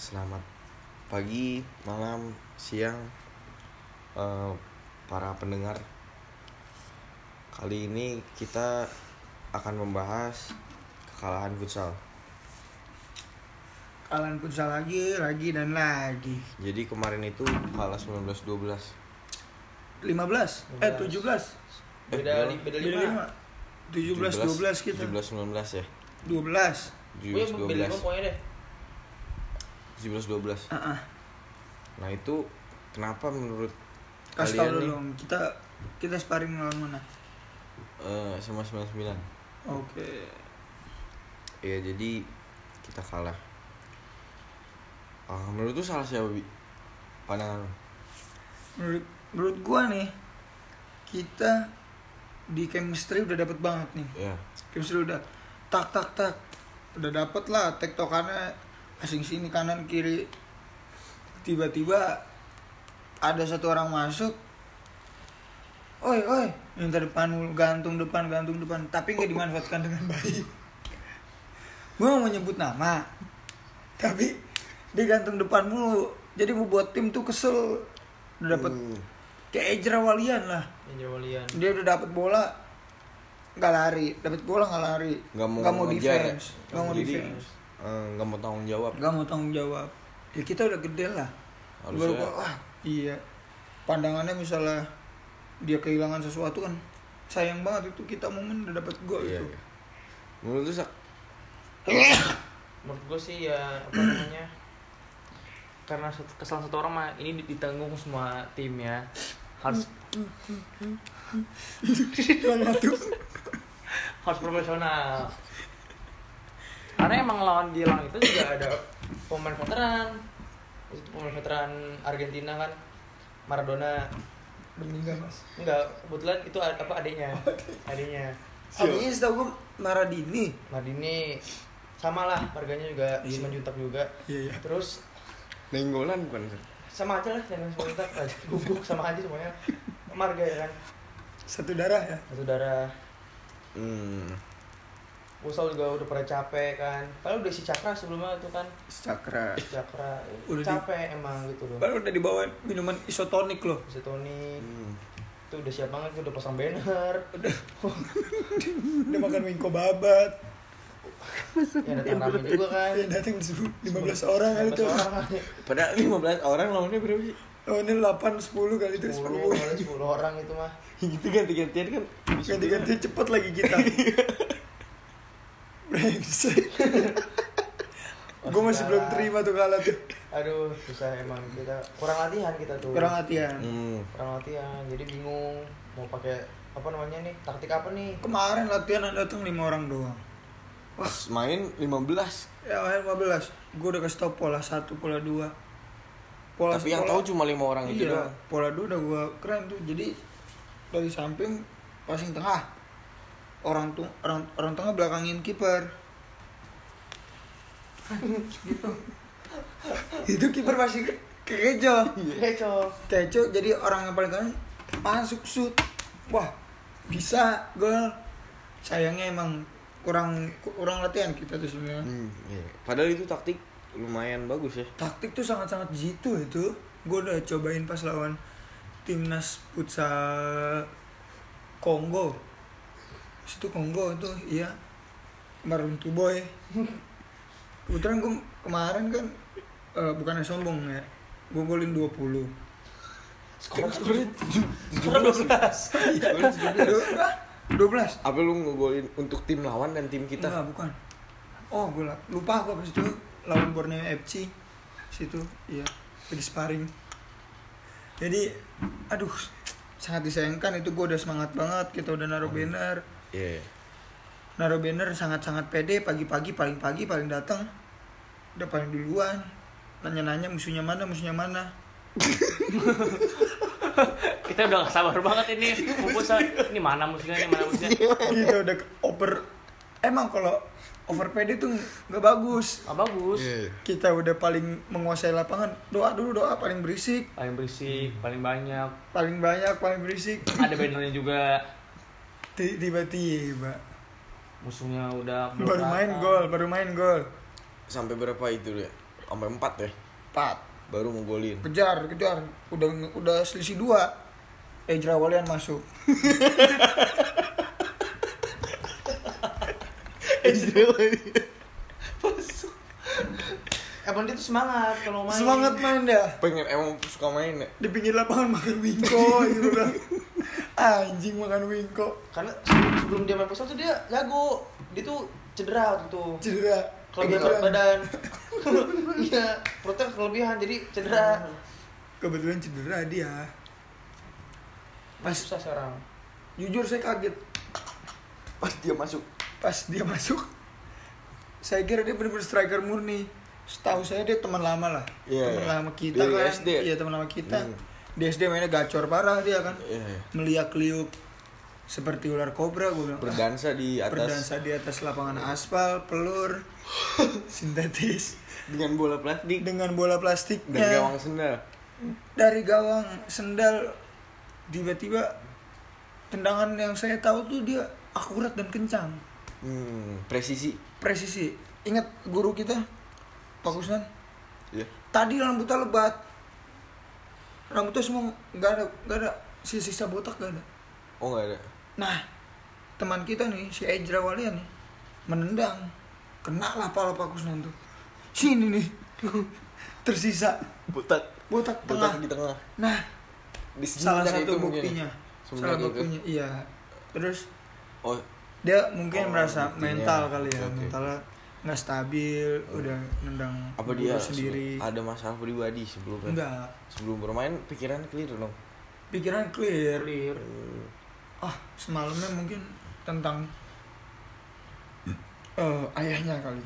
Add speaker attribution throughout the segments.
Speaker 1: Selamat pagi, malam, siang, para pendengar. Kali ini kita akan membahas kekalahan futsal.
Speaker 2: Kekalahan futsal lagi dan lagi.
Speaker 1: Jadi kemarin itu kalah 19-12.
Speaker 2: 17.
Speaker 3: Beda 5.
Speaker 2: 17-12 kita.
Speaker 1: 17-19 ya.
Speaker 2: 12.
Speaker 3: Beda 5 pokoknya deh.
Speaker 1: 17-12. Nah itu kenapa menurut
Speaker 2: Kasih tau
Speaker 1: kalian nih?
Speaker 2: dong, kita sparring lawan mana?
Speaker 1: Sama 99.
Speaker 2: Oke.
Speaker 1: Ya jadi kita kalah. Menurut tuh salah siapa, Bi? Pandangan lu?
Speaker 2: Menurut gua nih, kita di chemistry udah dapet banget nih.
Speaker 1: Ya.
Speaker 2: Chemistry udah tak. Udah dapet lah tektokannya asing sini kanan kiri. Tiba-tiba ada satu orang masuk. Oi, minta depan mulu, gantung depan, tapi nggak dimanfaatkan dengan baik. Gua mau nyebut nama, tapi dia gantung depan mulu. Jadi mau buat tim tuh kesel. Udah dapet kayak Ejra Walian lah. Dia udah dapet bola nggak lari, dapet bola nggak lari, nggak mau defense, nggak mau defense,
Speaker 1: nggak mau tanggung jawab.
Speaker 2: Ya kita udah gede lah.
Speaker 1: Harusnya.
Speaker 2: Iya. Pandangannya misalnya dia kehilangan sesuatu kan sayang banget itu, kita momen udah dapet gol
Speaker 1: Iya,
Speaker 2: itu.
Speaker 1: iya. Menurut lu, Sak?
Speaker 3: Menurut gue sih ya apa namanya, karena kesalahan satu orang mah ini ditanggung semua tim ya. Harus harus profesional. Karena emang lawan Gilang itu juga ada pemain veteran. Itu pemain veteran Argentina kan, Maradona.
Speaker 2: Meninggal mas.
Speaker 3: Enggak, kebetulan itu apa adiknya. Adiknya
Speaker 2: Setahu gue Maradini.
Speaker 3: sama lah, harganya juga Siman Juntak juga.
Speaker 2: Iya.
Speaker 3: Terus
Speaker 1: Nenggolan bukan?
Speaker 3: sama aja lah dengan Siman Juntak, guguk sama aja semuanya. Marga ya kan.
Speaker 2: Satu darah ya.
Speaker 3: Satu darah. Usol juga udah pada capek kan. Padahal udah si Cakra sebelumnya itu kan.
Speaker 2: Cakra. Udah
Speaker 3: Capek emang gitu loh.
Speaker 2: Baru udah dibawa minuman isotonik loh.
Speaker 3: Isotonik. Itu udah siap banget, udah pasang banner.
Speaker 2: Udah makan wingko babat.
Speaker 3: Ya datang rame juga kan.
Speaker 2: Ya datang 15 orang kali tuh.
Speaker 1: Padahal 15 orang lawannya berapa sih?
Speaker 2: Ini 8-10 kali itu
Speaker 3: 10 orang itu mah.
Speaker 1: Gitu ganti-gantian kan.
Speaker 2: Ganti-ganti cepet lagi kita. Brengsek. Gue masih belum terima tuh kalah tuh.
Speaker 3: Aduh, susah emang kita. Kurang latihan kita tuh.
Speaker 2: Kurang latihan.
Speaker 3: Jadi bingung mau pakai apa namanya nih? Taktik apa nih?
Speaker 2: Kemarin latihan datang 5 orang doang.
Speaker 1: Pas main 15.
Speaker 2: Ya main 15. Gue udah kasih tau pola 1, pola 2.
Speaker 1: Tapi yang tahu cuma 5 orang itu
Speaker 2: iya,
Speaker 1: doang.
Speaker 2: pola 2 udah gue keren tuh. Jadi dari samping passing tengah. Orang tengah belakangin kiper. Gitu. Itu kiper masih kekejo. Kekejo jadi orang yang paling kanan masuk shoot. Wah, bisa gol. Sayangnya emang kurang latihan kita tuh sebenarnya.
Speaker 1: Iya. Padahal itu taktik lumayan bagus ya.
Speaker 2: Taktik tuh sangat-sangat jitu itu. Gue udah cobain pas lawan timnas futsal Kongo. Itu Kongo itu, iya. Maruntu Boy. Kebetulan gue kemarin kan bukannya sombong ya. Gue golin 20.
Speaker 3: Skornya
Speaker 2: 12. 12.
Speaker 1: Apa lu ngegolin untuk tim lawan dan tim kita?
Speaker 2: Enggak, bukan. Oh, gue lupa gue pas itu lawan Borneo FC situ, iya, lagi sparring. Jadi, aduh, sangat disayangkan itu. Gue udah semangat banget, kita udah naruh banner.
Speaker 1: Iya.
Speaker 2: Naruh banner sangat-sangat pede, paling datang. Udah paling duluan. Nanya-nanya musuhnya mana.
Speaker 3: Kita udah gak sabar banget ini. Ini mana musiknya.
Speaker 2: Gitu udah over. Emang kalau over pede tuh nggak bagus.
Speaker 1: Yeah.
Speaker 2: Kita udah paling menguasai lapangan. Doa paling berisik.
Speaker 3: Paling banyak.
Speaker 2: Paling berisik.
Speaker 3: Ada bannernya juga.
Speaker 2: Tiba-tiba
Speaker 3: Musuhnya udah
Speaker 2: baru main gol.
Speaker 1: Sampai berapa itu ya? sampai 4 ya.
Speaker 2: 4.
Speaker 1: Baru ngegolin.
Speaker 2: Kejar. Udah selisih 2. Ejra Walian masuk.
Speaker 3: Emang dia tuh semangat kalau main.
Speaker 2: Semangat main dia.
Speaker 1: Pengen emang suka main ya.
Speaker 2: Di pinggir lapangan makan wingko gitu kan. Anjing makan wingko.
Speaker 3: Karena sebelum dia main futsal tuh dia jago. Dia tuh cedera waktu itu.
Speaker 2: Cedera.
Speaker 3: Kelebihan berat badan. Iya, perutnya kelebihan jadi cedera.
Speaker 2: Kebetulan cedera dia.
Speaker 3: Pas susah sekarang.
Speaker 2: Jujur saya kaget
Speaker 1: Pas dia masuk.
Speaker 2: Saya kira dia benar-benar striker murni. Setahu saya dia teman lama lah.
Speaker 1: Iya,
Speaker 2: Teman
Speaker 1: iya.
Speaker 2: lama kita
Speaker 1: Dari
Speaker 2: kan.
Speaker 1: SD.
Speaker 2: Iya, teman lama kita. Di SD mainnya gacor parah dia kan.
Speaker 1: Iya, iya.
Speaker 2: Meliak-liuk seperti ular kobra gue bilang.
Speaker 1: Berdansa di atas
Speaker 2: lapangan aspal, pelur, sintetis
Speaker 1: dengan bola plastik
Speaker 2: dengan bola plastiknya.
Speaker 1: dan gawang sendal.
Speaker 2: Dari gawang sendal tiba-tiba tendangan yang saya tahu tuh dia akurat dan kencang.
Speaker 1: Presisi.
Speaker 2: Ingat guru kita Pak Kusnan?
Speaker 1: Iya.
Speaker 2: Tadi rambutnya lebat. Rambutnya semua nggak ada sisa botak nggak ada.
Speaker 1: Oh, enggak ada.
Speaker 2: Nah, teman kita nih si Ejra Walian nih menendang, kena lah pala Pak Kusnan tuh. Sini nih tersisa
Speaker 1: Botak
Speaker 2: tengah.
Speaker 1: di tengah.
Speaker 2: Nah,
Speaker 1: Di
Speaker 2: salah
Speaker 1: semenjak
Speaker 2: satu
Speaker 1: itu mungkin.
Speaker 2: buktinya.
Speaker 1: Semenjak
Speaker 2: Salah
Speaker 1: itu.
Speaker 2: buktinya, iya. Terus
Speaker 1: Oh,
Speaker 2: dia mungkin merasa
Speaker 1: buktinya.
Speaker 2: mental kali ya,
Speaker 1: Oke.
Speaker 2: mentalnya nggak stabil, udah nendang
Speaker 1: apa
Speaker 2: guru
Speaker 1: dia
Speaker 2: sendiri.
Speaker 1: ada masalah pribadi sebelumnya?
Speaker 2: Enggak,
Speaker 1: Sebelum bermain pikiran clear dong.
Speaker 2: pikiran clear. Semalamnya mungkin tentang ayahnya kali.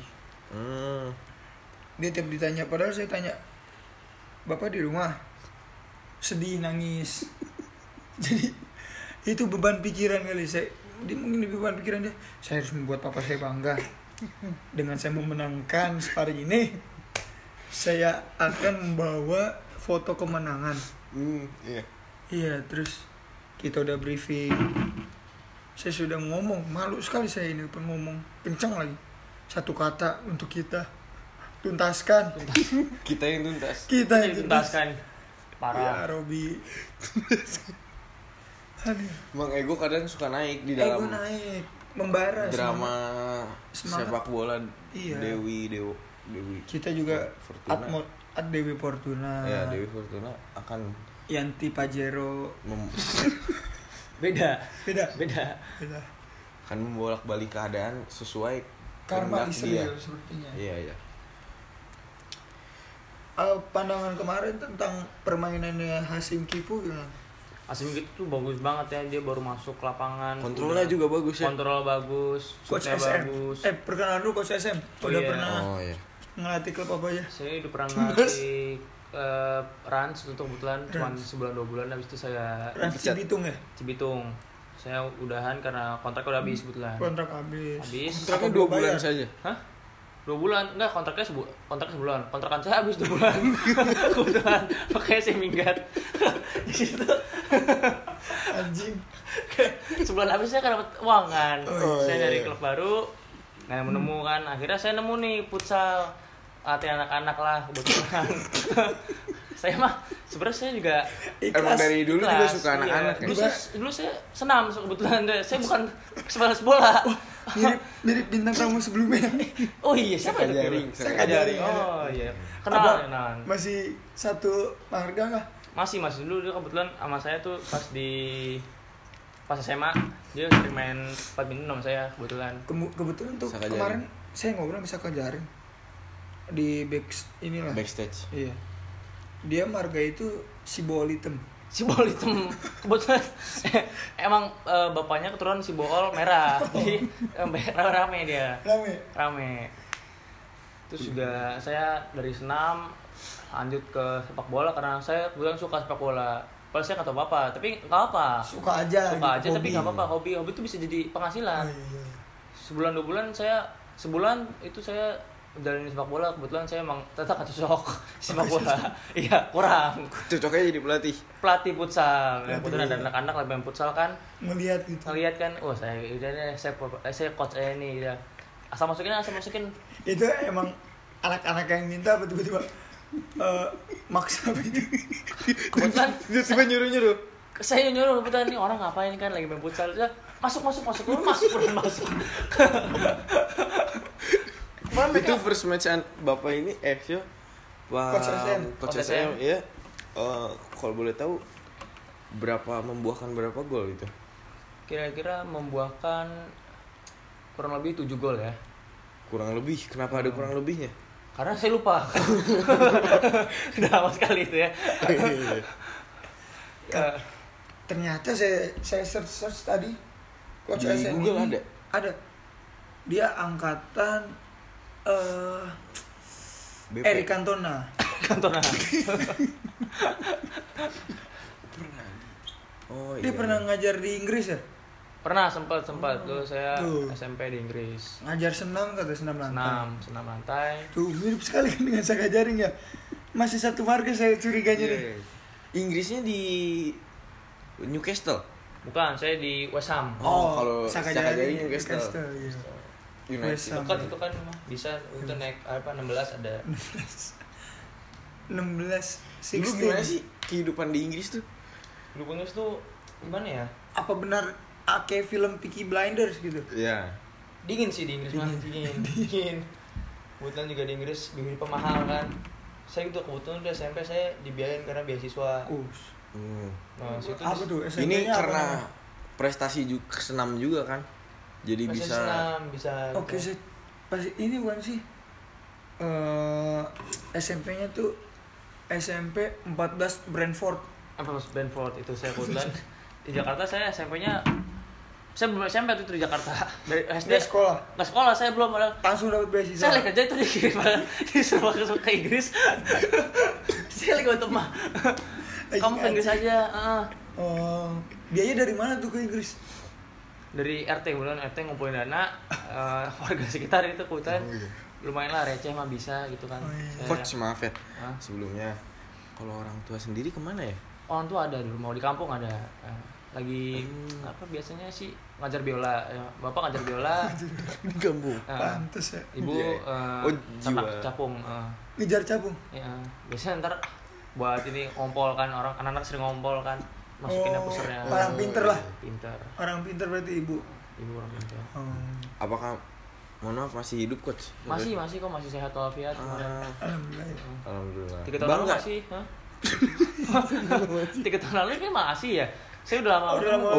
Speaker 2: Dia tiap ditanya, padahal saya tanya, bapak di rumah sedih nangis. Jadi itu beban pikiran kali saya. Dia mungkin di beban pikiran dia, saya harus membuat papa saya bangga. Dengan saya memenangkan sparring ini, saya akan membawa foto kemenangan.
Speaker 1: Iya.
Speaker 2: Iya, terus kita udah briefing. Saya sudah ngomong, malu sekali saya ini ngomong kencang lagi. Satu kata untuk kita tuntaskan.
Speaker 1: Kita yang tuntas.
Speaker 2: Kita yang
Speaker 3: Tuntaskan.
Speaker 2: Ya
Speaker 3: Parah.
Speaker 2: Robi. Aduh.
Speaker 1: Emang ego kadang suka naik di
Speaker 2: Ego
Speaker 1: dalam
Speaker 2: naik, membara
Speaker 1: drama
Speaker 2: Semangat.
Speaker 1: sepak bola.
Speaker 2: Iya.
Speaker 1: Dewi.
Speaker 2: Kita juga
Speaker 1: Fortuna.
Speaker 2: At Dewi Fortuna.
Speaker 1: Ya, Dewi Fortuna akan
Speaker 2: Yanti Pajero.
Speaker 3: Beda.
Speaker 2: Beda.
Speaker 1: akan membolak-balik keadaan sesuai
Speaker 2: Karma
Speaker 1: kehendak dia.
Speaker 2: Israel sepertinya.
Speaker 1: Iya.
Speaker 2: Pandangan kemarin tentang permainannya Hasim Kipu gimana?
Speaker 3: Asim gitu tuh bagus banget ya, dia baru masuk lapangan.
Speaker 1: Kontrolnya juga bagus ya.
Speaker 3: Kontrol bagus,
Speaker 2: Coach
Speaker 3: shootnya
Speaker 2: SM.
Speaker 3: bagus.
Speaker 2: Perkenalan dulu Coach SM.
Speaker 3: Oh,
Speaker 2: Udah
Speaker 3: iya.
Speaker 2: pernah
Speaker 1: Oh iya.
Speaker 2: ngelatih klub apa aja?
Speaker 3: Saya udah pernah ngelatih Rans untuk kebetulan cuma
Speaker 2: Rans.
Speaker 3: sebulan 2 bulan, habis itu saya
Speaker 2: Rans Cibitung ya?
Speaker 3: Cibitung. Saya udahan karena kontraknya udah habis kebetulan.
Speaker 2: Kontrak habis.
Speaker 1: Kontraknya
Speaker 2: Apa
Speaker 1: 2
Speaker 2: belum
Speaker 1: bulan
Speaker 2: bayar?
Speaker 1: saja.
Speaker 3: Hah? 2 bulan? Enggak, kontrak sebulan. Kontrakan saya habis 2 bulan. Kebetulan makanya saya minggat. Di situ.
Speaker 2: Anjing.
Speaker 3: Sebulan habis saya kan dapat uang kan.
Speaker 2: Oh,
Speaker 3: Saya
Speaker 1: iya,
Speaker 3: dari
Speaker 1: iya.
Speaker 3: klub baru nggak nemu kan. Akhirnya saya nemu nih futsal. Latihan anak-anak lah kebetulan. Saya mah sebenarnya saya juga
Speaker 1: Emang dari dulu juga
Speaker 3: ikhlas,
Speaker 1: suka
Speaker 3: iya.
Speaker 1: anak-anak ya.
Speaker 3: Dulu saya senam kebetulan. Saya bukan sebalas bola.
Speaker 2: Mirip bintang tamu sebelumnya.
Speaker 3: Oh iya, siapa
Speaker 1: Saka
Speaker 3: itu?
Speaker 1: Jaring,
Speaker 3: Saka Jaring. Oh iya.
Speaker 2: Apa?
Speaker 3: Kenal.
Speaker 2: Masih satu marga kah?
Speaker 3: Masih dulu dia kebetulan sama saya tuh pas SMA dia sering main badminton sama saya kebetulan.
Speaker 2: Kebetulan tuh
Speaker 1: Saka
Speaker 2: kemarin saya ngobrol sama Saka Jaring di
Speaker 1: Backstage.
Speaker 2: Iya. Dia marga itu si Bool Hitam.
Speaker 3: Si Bool Hitam kebetulan emang bapaknya keturunan si Bool merah. Jadi rame dia. Rame. Terus juga saya dari senam lanjut ke sepak bola karena saya kebetulan suka sepak bola. Padahal saya nggak tahu apa, tapi nggak apa.
Speaker 2: Suka aja gitu,
Speaker 3: Tapi
Speaker 2: hobi.
Speaker 3: nggak apa-apa. Hobi itu bisa jadi penghasilan.
Speaker 2: Oh, iya.
Speaker 3: Sebulan 2 bulan sebulan itu saya jalanin sepak bola. Kebetulan saya emang tetap gak cocok sepak bola. Iya, kurang.
Speaker 1: Cocoknya jadi
Speaker 3: Pelatih futsal.
Speaker 2: Pelatih
Speaker 3: Kebetulan ada anak-anak lagi main futsal kan.
Speaker 2: Ngelihat gitu.
Speaker 3: Ngeliat kan, wah saya udah deh, saya coach ini gitu. Asal masukin.
Speaker 2: Itu emang anak-anak yang minta apa tiba-tiba maksa gitu.
Speaker 3: Kebetulan
Speaker 1: Tiba-tiba nyuruh.
Speaker 3: saya nyuruh kebetulan nih orang ngapain kan lagi main futsal. Dia masuk lu masuk.
Speaker 1: Itu first match Bapak ini siapa? Coach SM ya. Kalau boleh tahu membuahkan berapa gol gitu?
Speaker 3: Kira-kira membuahkan kurang lebih 7 gol ya.
Speaker 1: Kurang lebih. Kenapa ada kurang lebihnya?
Speaker 3: Karena saya lupa. Udah lama sekali itu ya.
Speaker 2: Ternyata saya search tadi Coach
Speaker 1: Di
Speaker 2: SM
Speaker 1: Google
Speaker 2: ini ada. Dia angkatan
Speaker 1: BP.
Speaker 2: Eric Cantona.
Speaker 1: Oh iya.
Speaker 2: Dia pernah ngajar di Inggris ya?
Speaker 3: Pernah sempat tuh saya SMP di Inggris.
Speaker 2: Ngajar senam lantai.
Speaker 3: Senam lantai.
Speaker 2: Tuh mirip sekali kan dengan Saka Jaring ya. Masih satu marga saya curiganya nih.
Speaker 1: Inggrisnya di Newcastle.
Speaker 3: Bukan, saya di West Ham.
Speaker 2: Oh,
Speaker 1: kalau
Speaker 2: Saka
Speaker 1: Saka
Speaker 2: Jaring
Speaker 1: Jaring Newcastle.
Speaker 2: iya.
Speaker 1: United.
Speaker 2: West Ham.
Speaker 3: Dekat itu kan bisa untuk naik 16 ada.
Speaker 2: 16
Speaker 1: Dulu
Speaker 2: 16.
Speaker 1: gimana sih kehidupan di Inggris tuh?
Speaker 3: Dulu Inggris tuh gimana ya?
Speaker 2: Apa benar kayak film Peaky Blinders gitu?
Speaker 1: Iya.
Speaker 3: Dingin sih di Inggris mah, dingin. Kebetulan juga di Inggris bimbing pemahal kan. Saya itu kebetulan di SMP saya dibiayain karena beasiswa. Nah, situ
Speaker 2: Apa tuh?
Speaker 1: Ini
Speaker 2: SMP-nya
Speaker 1: karena
Speaker 2: apa?
Speaker 1: prestasi juga senam juga kan. Jadi
Speaker 3: prestasi
Speaker 1: bisa
Speaker 3: senam, bisa.
Speaker 2: Oke sih. Pas ini bukan sih. SMP-nya tuh SMP 14 Brentford.
Speaker 3: Apa Mas Brentford itu saya kebetulan di Jakarta. Saya SMP-nya saya belum SMP waktu itu di Jakarta. Dari SD nggak sekolah saya belum ada.
Speaker 2: Langsung dapat beasiswa.
Speaker 3: Saya lagi kerja itu disuruh ke Inggris. Saya lagi untuk mah. Kamu ke Inggris aja.
Speaker 2: Biaya dari mana tuh ke Inggris?
Speaker 3: Dari RT, kemudian RT ngumpulin dana, warga sekitar itu kebetulan lumayan lah receh mah bisa gitu kan.
Speaker 1: Coach maaf ya sebelumnya, kalau orang tua sendiri kemana ya?
Speaker 3: Orang tua ada dulu, mau di kampung ada. Lagi apa biasanya sih ngajar biola, bapak ngajar biola
Speaker 1: Di kampung.
Speaker 2: Pantes ya.
Speaker 3: ibu ternak capung.
Speaker 2: Ngejar capung.
Speaker 3: Ya, biasanya ntar buat ini ngompol kan, orang anak-anak sering ngompol kan, masukin pusernya.
Speaker 2: Orang pinter lah.
Speaker 3: Pinter.
Speaker 2: Orang pinter berarti ibu.
Speaker 3: Ibu orang pinter.
Speaker 1: Apakah mohon maaf masih hidup coach?
Speaker 3: Masih kok, masih sehat walafiat.
Speaker 1: Alhamdulillah.
Speaker 3: 3 tahun lalu masih, 3 tahun lalu kan masih ya. Saya udah lama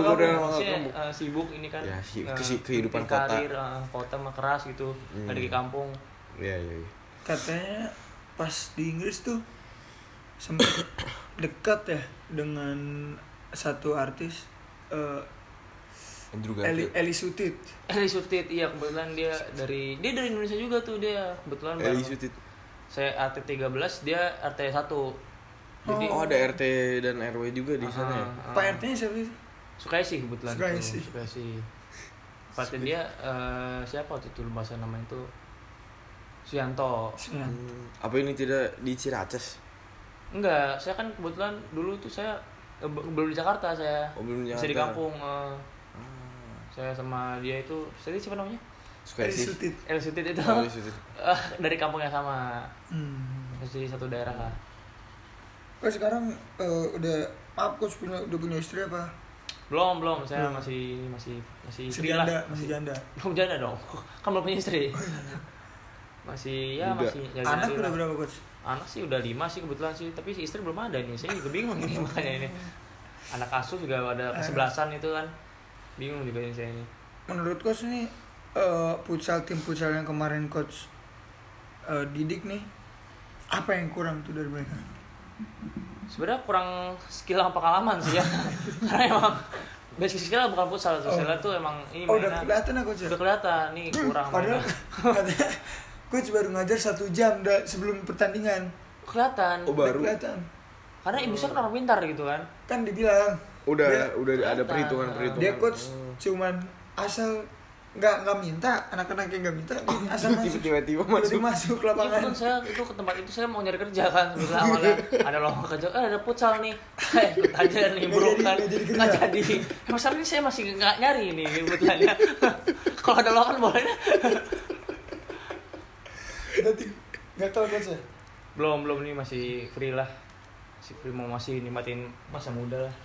Speaker 3: sibuk ini kan.
Speaker 1: Ya, kehidupan kota.
Speaker 3: Karir kota mah keras gitu. Ada di kampung.
Speaker 1: Iya.
Speaker 2: Katanya pas di Inggris tuh sempat dekat ya dengan satu artis
Speaker 1: Andrew Garfield.
Speaker 2: Eli Sutit.
Speaker 3: Eli Sutit, iya kebetulan dia dari Indonesia juga tuh dia kebetulan.
Speaker 1: Eli Sutit.
Speaker 3: Saya RT 13, dia RT 1. Jadi
Speaker 1: ada RT dan RW juga di sana ya.
Speaker 2: Pak RT-nya siapa sih?
Speaker 3: Sukaisi kebetulan.
Speaker 2: Sukaisi.
Speaker 3: Partai dia siapa waktu itu bahasa namanya itu Suyanto.
Speaker 1: Apa ini tidak di Ciracas?
Speaker 3: Enggak, saya kan kebetulan dulu tuh saya belum di Jakarta saya.
Speaker 1: Belum di
Speaker 3: Masih di
Speaker 1: Jakarta.
Speaker 3: kampung. Saya sama dia itu, saya siapa namanya?
Speaker 2: Eli Sutit.
Speaker 3: Eli Sutit itu. Dari kampung yang sama. Masih satu daerah lah.
Speaker 2: Kok sekarang Coach udah punya istri apa?
Speaker 3: Belum, saya masih istri lah.
Speaker 2: Masih janda.
Speaker 3: Belum janda dong. Kan belum punya istri. Masih jaga
Speaker 2: anak
Speaker 3: diri
Speaker 2: udah
Speaker 3: lah.
Speaker 2: berapa Coach?
Speaker 3: Anak sih udah 5 sih kebetulan sih, tapi si istri belum ada nih. Saya juga bingung ini makanya ini. Anak asuh juga ada ke-11-an itu kan. Bingung juga ini saya ini.
Speaker 2: Menurut Coach nih tim futsal yang kemarin Coach didik nih, apa yang kurang tuh dari mereka?
Speaker 3: Sebenarnya kurang skill sama pengalaman sih ya. Karena emang basic skill bukan futsal, futsal tuh emang ini
Speaker 2: udah kelihatan ya Coach?
Speaker 3: Udah kelihatan nih kurang.
Speaker 2: Padahal katanya Coach baru ngajar 1 jam sebelum pertandingan.
Speaker 3: Kelihatan.
Speaker 1: Baru.
Speaker 2: Kelihatan.
Speaker 3: Karena ibu saya kan orang pintar gitu kan.
Speaker 2: Kan dibilang
Speaker 1: Udah ada
Speaker 3: kelihatan.
Speaker 1: perhitungan.
Speaker 2: dia Coach cuman asal nggak minta, anak-anak yang nggak minta asal
Speaker 1: tiba-tiba
Speaker 2: masuk ke lapangan.
Speaker 3: Iya, saya itu ke tempat itu saya mau nyari kerja kan sebenarnya awalnya ada lowongan kerja, ada futsal nih, ikut aja nih bro kan, nggak jadi. Masa ini saya masih nggak nyari nih kebetulannya. Kalau ada lowongan boleh.
Speaker 2: Berarti nggak Gatel coach ya?
Speaker 3: Belum nih, masih free lah. Masih nikmatin masa muda lah.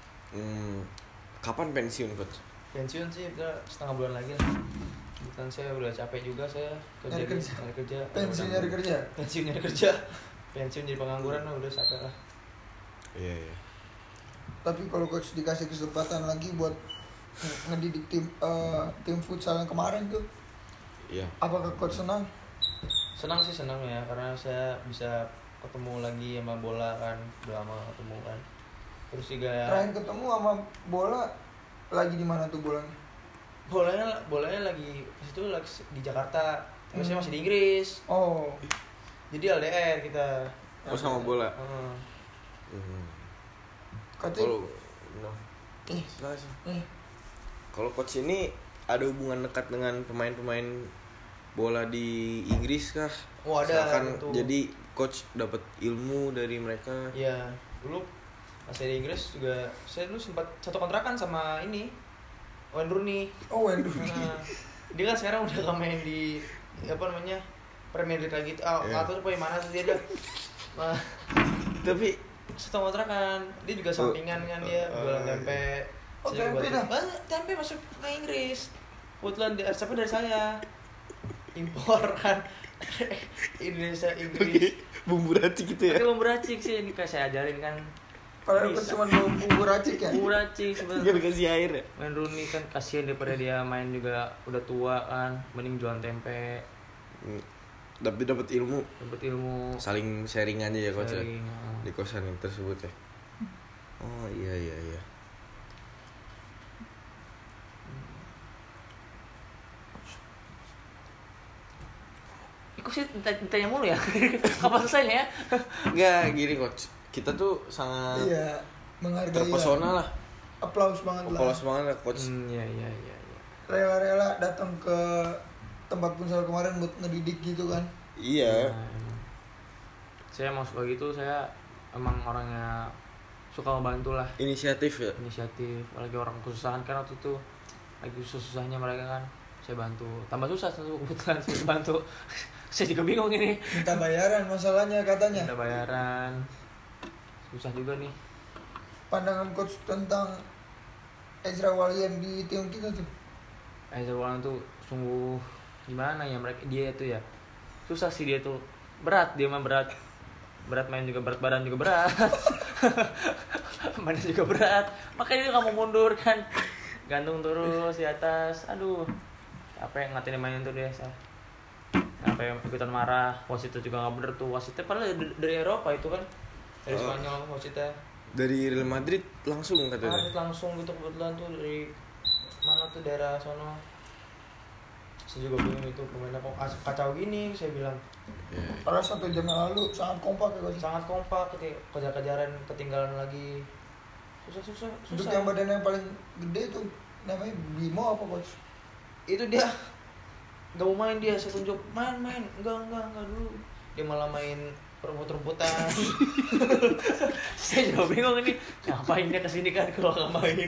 Speaker 1: Kapan pensiun coach?
Speaker 3: Pensiun sih udah setengah bulan lagi lah. Bukan, saya udah capek juga saya
Speaker 2: nyari kerja. Pensiun nyari kerja.
Speaker 3: Pensiun jadi pengangguran lah, udah capek lah.
Speaker 1: Iya.
Speaker 2: Tapi kalau coach dikasih kesempatan lagi buat ngedidik tim futsal yang kemarin tuh,
Speaker 1: iya.
Speaker 2: Apakah coach senang?
Speaker 3: Senang ya, karena saya bisa ketemu lagi sama bola kan, udah lama ketemu kan. Terus juga
Speaker 2: terakhir ketemu sama bola lagi di mana tuh bolanya?
Speaker 3: Bolanya lagi situ, lagi di Jakarta. Tapi saya masih di Inggris.
Speaker 2: Oh.
Speaker 3: Jadi LDR kita.
Speaker 1: Sama bola.
Speaker 2: Katanya.
Speaker 1: Kalau coach ini ada hubungan dekat dengan pemain-pemain bola di Inggris kah?
Speaker 3: Oh, ada.
Speaker 1: Jadi coach dapat ilmu dari mereka.
Speaker 3: Iya, dulu pas saya di Inggris juga saya dulu sempat satu kontrakan sama ini Wayne Rooney.
Speaker 2: Oh, Wayne Rooney.
Speaker 3: Dia kan sekarang udah gak main di Premier League gitu. Nggak tahu apa mana tuh dia dah.
Speaker 1: Tapi
Speaker 3: satu kontrakan, dia juga sampingan kan dia jualan tempe.
Speaker 2: Oh, tempe dah.
Speaker 3: Tempe masuk ke Inggris. Kebetulan siapa dari saya impor kan. Indonesia Inggris.
Speaker 1: Bumbu racik gitu ya.
Speaker 3: Pakai bumbu racik sih, ini kayak saya ajarin kan.
Speaker 2: Padahal kan cuma bumbu racik ya.
Speaker 3: Bumbu racik sebenarnya.
Speaker 1: Enggak dikasih air ya.
Speaker 3: Wayne Rooney kan kasihan daripada dia main juga udah tua kan, mending jualan tempe.
Speaker 1: Tapi dapat ilmu. Saling sharing aja ya coach. Di kosan tersebut ya. Oh iya.
Speaker 3: Ikut sih tanya mulu ya. Kapan selesainya ya?
Speaker 1: Enggak, gini coach. Kita tuh sangat
Speaker 2: menghargai.
Speaker 1: Terpesona lah.
Speaker 2: Aplaus banget
Speaker 1: lah coach.
Speaker 3: Iya.
Speaker 2: Rela-rela datang ke tempat futsal kemarin buat ngedidik gitu kan.
Speaker 1: Iya.
Speaker 3: Saya mau suka gitu, saya emang orangnya suka membantu lah.
Speaker 1: Inisiatif,
Speaker 3: apalagi orang kesusahan kan waktu itu lagi susah-susahnya mereka kan, saya bantu. Tambah susah kebetulan saya bantu. Saya juga bingung ini.
Speaker 2: Minta bayaran masalahnya katanya.
Speaker 3: Minta bayaran. Susah juga nih.
Speaker 2: Pandangan coach tentang Ezra Walian di tim kita tuh.
Speaker 3: Ezra Walian tuh sungguh gimana ya, dia tuh ya susah sih, dia tuh berat main juga berat, badan juga berat. Mainnya juga berat, makanya dia gak mau mundur kan, gantung terus di atas. Aduh, capek ngatain mainin tuh dia. Sampai ikutan marah, wasitnya juga gak bener tuh. Wasitnya padahal dari Eropa itu kan, dari Spanyol wasitnya.
Speaker 1: Dari Real Madrid langsung katanya.
Speaker 3: Langsung gitu kebetulan tuh, dari mana tuh daerah sono. Saya juga bingung itu pemainnya kok kacau gini, saya bilang.
Speaker 2: Karena 1 jam yang lalu sangat kompak ya coach.
Speaker 3: Sangat kompak, kejar-kejaran, ketinggalan lagi. Susah.
Speaker 2: Untuk yang badan yang paling gede itu namanya Bimo apa coach?
Speaker 3: Itu dia gak mau main, dia saya tunjuk main enggak dulu, dia malah main rebut-rebutan. Saya juga bingung ini ngapain dia kesini kan kalau nggak main.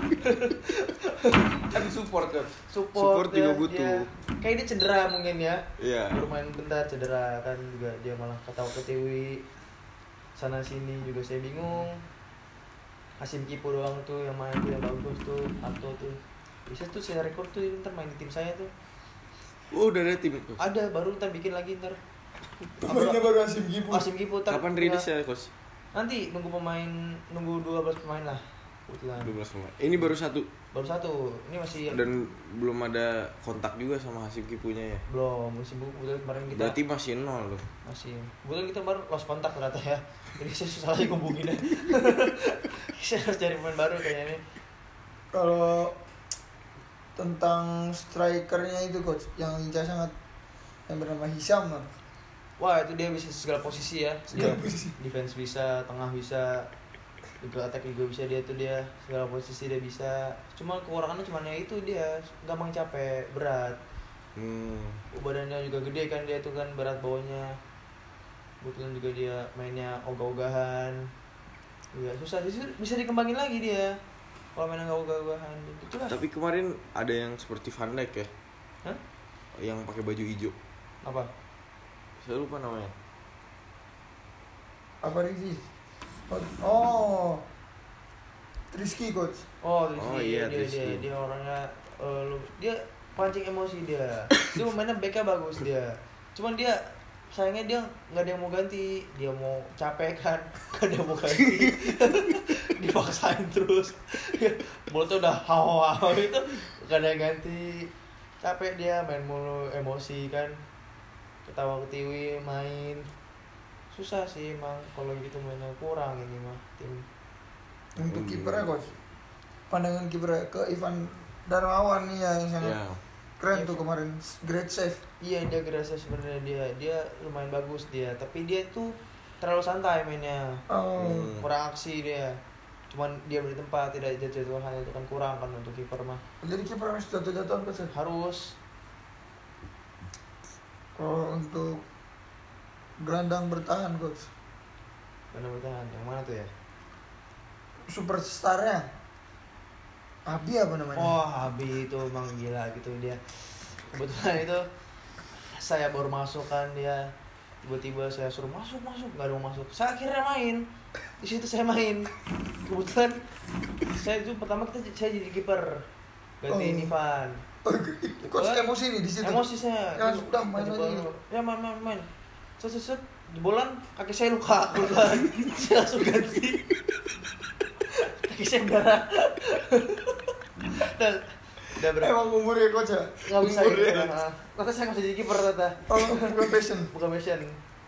Speaker 1: Kan support
Speaker 3: dia,
Speaker 1: juga butuh.
Speaker 3: Kayak dia cedera mungkin ya.
Speaker 1: Iya.
Speaker 3: Baru main bentar cedera kan, juga dia malah ketawa ketiwi sana sini, juga saya bingung. Hasim Kipo doang tuh yang main tuh yang bagus tuh, Anto tuh. Bisa tuh saya record tuh ntar main di tim saya tuh.
Speaker 1: Oh, udah ada tim itu?
Speaker 3: Ada, baru ntar bikin lagi ntar.
Speaker 2: Pemainnya baru Hasim Kipo.
Speaker 1: Kapan rilis ya coach?
Speaker 3: Nanti nunggu 12 pemain lah. Kebetulan.
Speaker 1: 12 pemain. Ini baru satu.
Speaker 3: Ini masih.
Speaker 1: Dan belum ada kontak juga sama Hasim Kipunya ya?
Speaker 3: Belum, masih kebetulan kemarin kita.
Speaker 1: Berarti masih 0 loh.
Speaker 3: Masih. Kebetulan kita baru lost kontak ternyata ya. Jadi saya susah lagi ngubunginnya. Saya harus cari pemain baru kayaknya nih.
Speaker 2: Kalau tentang strikernya itu coach, yang lincah sangat, yang bernama Hisam lah.
Speaker 3: Wah, itu dia bisa segala posisi ya.
Speaker 2: Segala posisi.
Speaker 3: Defense bisa, tengah bisa, juga attack juga bisa, dia segala posisi dia bisa. Cuma kekurangannya cuma ya itu, dia gampang capek, berat. Badannya juga gede kan, dia tuh kan berat bawahnya. Kebetulan juga dia mainnya ogah-ogahan. Ya susah sih, bisa dikembangin lagi dia. Kalau mainnya ogah-ogahan gitu lah.
Speaker 1: Tapi kemarin ada yang seperti Van Dijk ya?
Speaker 3: Hah?
Speaker 1: Yang pakai baju hijau.
Speaker 3: Apa?
Speaker 1: Saya lupa namanya.
Speaker 2: Apa Rizky? Oh, Rizky coach.
Speaker 3: Oh, Rizky.
Speaker 1: Oh iya, Rizky.
Speaker 3: Dia orangnya dia pancing emosi dia. Dia mainnya backnya bagus dia. Cuman dia sayangnya dia nggak ada yang mau ganti. Dia mau capek kan, nggak ada yang mau ganti. Dipaksain terus. Bola tuh udah hawa-hawa itu, nggak ada yang ganti. Capek dia main mulu, emosi kan. Ketawa ketiwi main. Susah sih emang kalau gitu mainnya, kurang ini mah tim.
Speaker 2: Untuk kipernya coach, pandangan kipernya ke Ivan Darmawan nih ya yang sangat keren tuh kemarin, great save.
Speaker 3: Iya dia great save sebenarnya, dia lumayan bagus dia, tapi dia tuh terlalu santai mainnya. Kurang aksi dia, cuman dia di tempat tidak jatuh-jatuhan, itu kan kurang kan untuk kiper mah.
Speaker 2: Jadi kiper harus jatuh-jatuhan coach?
Speaker 3: Harus.
Speaker 2: Kalau untuk gelandang bertahan coach,
Speaker 3: Gelandang bertahan yang mana tuh ya?
Speaker 2: Superstarnya Abi apa namanya?
Speaker 3: Oh Abi itu emang gila gitu dia. Kebetulan itu saya baru masuk kan, dia tiba-tiba saya suruh masuk nggak ada mau masuk. Saya akhirnya main di situ, saya main. Kebetulan saya itu pertama saya jadi kiper gantiin Ivan.
Speaker 2: Coach emosi nih di situ.
Speaker 3: Emosi saya.
Speaker 2: Ya sudah main aja.
Speaker 3: Ya main. Set jebolan kaki saya luka kebetulan. Saya langsung ganti. Kaki saya berdarah. Udah berapa?
Speaker 2: Emang umurnya coach ya?
Speaker 3: Nggak bisa gitu. Kata saya nggak bisa jadi kiper kata.
Speaker 2: Oh, bukan passion.
Speaker 3: Bukan passion.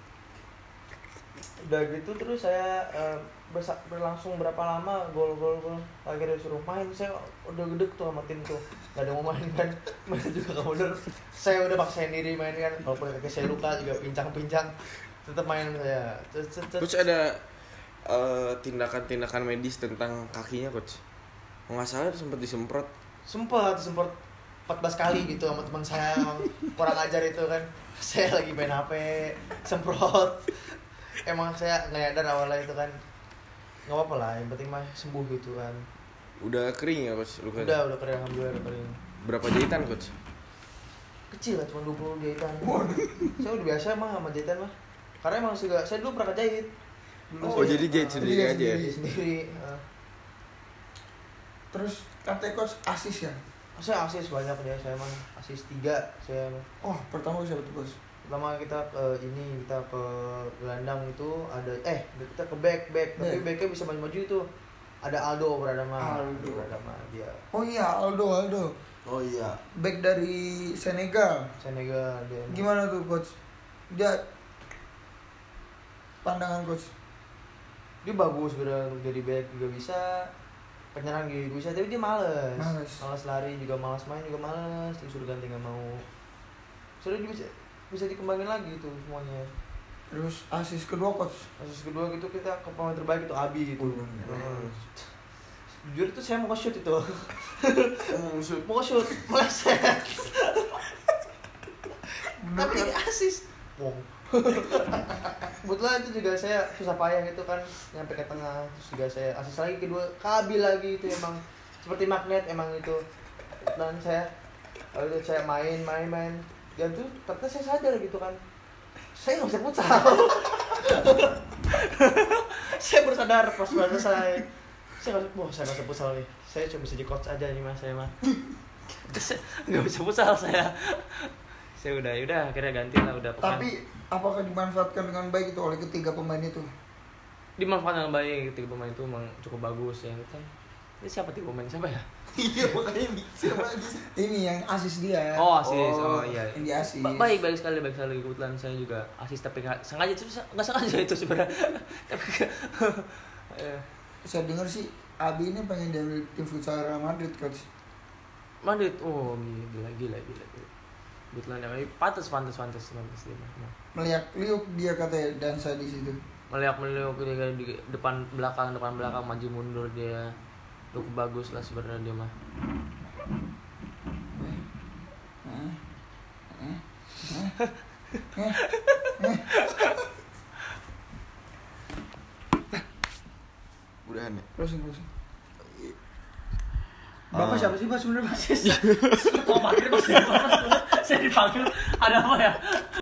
Speaker 3: Udah gitu terus saya berlangsung berapa lama gol akhirnya disuruh main. Saya udah gede tuh sama tim tuh, nggak ada mau main kan, main juga nggak bener. Saya udah paksain diri main kan, walaupun kaki saya luka juga pincang tetap main saya.
Speaker 1: Coach ada tindakan medis tentang kakinya coach? Nggak salah sempat disemprot.
Speaker 3: Sempat 14 kali gitu sama teman saya, kurang ajar itu kan. Saya lagi main HP semprot. Emang saya nggak nyadar awalnya itu kan. Nggak apa-apa lah, yang penting mah sembuh gitu kan.
Speaker 1: Udah kering ya coach lukanya?
Speaker 3: Udah kering, alhamdulillah udah kering.
Speaker 1: Berapa jahitan coach?
Speaker 3: Kecil lah, cuma 20 jahitan. Saya udah biasa mah sama jahitan mah. Karena emang saya dulu pernah kejahit.
Speaker 1: Jadi jahit sendiri aja ya?
Speaker 3: Sendiri.
Speaker 2: Terus katanya coach asis ya?
Speaker 3: Saya asis banyak dia, saya emang asis 3 saya.
Speaker 2: Oh, pertama siapa tuh coach?
Speaker 3: Pertama kita kita ke gelandang itu ada kita ke back tapi backnya bisa maju itu ada Aldo Pradama dia.
Speaker 2: Oh iya Aldo.
Speaker 3: Oh iya,
Speaker 2: back dari Senegal dia. Gimana tuh coach? Dia pandangan coach?
Speaker 3: Dia bagus untuk jadi back juga bisa, penyerang juga bisa, tapi dia malas lari juga, malas main juga malas, disuruh ganti nggak mau. Soalnya dia bisa dikembangin lagi itu semuanya.
Speaker 2: Terus asis kedua coach?
Speaker 3: Asis kedua gitu kita ke pemain terbaik itu Abi gitu. Jujur itu saya mau shoot itu. Mau shoot meleset. Tapi asis. Kebetulan itu juga saya susah payah gitu kan, nyampe ke tengah, terus juga saya asis lagi kedua, Abi lagi itu emang seperti magnet emang itu. Dan saya main. Dan tuh ternyata saya sadar gitu kan, saya nggak bisa futsal. Saya baru sadar pas baru selesai. Saya nggak bisa futsal nih. Saya cuma bisa jadi coach aja nih mas, saya mah. Nggak bisa futsal saya. Saya udah akhirnya ganti lah udah.
Speaker 2: Tapi apakah dimanfaatkan dengan baik itu oleh ketiga pemain itu?
Speaker 3: Dimanfaatkan dengan baik, ketiga pemain itu memang cukup bagus ya kan. Ini siapa tiga pemain siapa ya?
Speaker 2: Iya makanya siapa aja? Ini yang asis dia.
Speaker 3: Oh asis, iya.
Speaker 2: Yang di asis.
Speaker 3: Baik sekali. Kebetulan saya juga asis tapi nggak sengaja itu sebenarnya. Tapi
Speaker 2: saya dengar sih Abi ini pengen diambil tim futsal Real Madrid coach.
Speaker 3: Madrid, oh gila. Kebetulan yang pantas dia.
Speaker 2: Meliuk dia katanya dansa di situ.
Speaker 3: Meliuk dia di depan belakang maju mundur dia. Cukup bagus lah sebenarnya dia mah.
Speaker 1: Udahan ya?
Speaker 2: Closing. Bapak siapa sih Pak sebenarnya Mas?
Speaker 3: Saya dipanggil ada apa ya?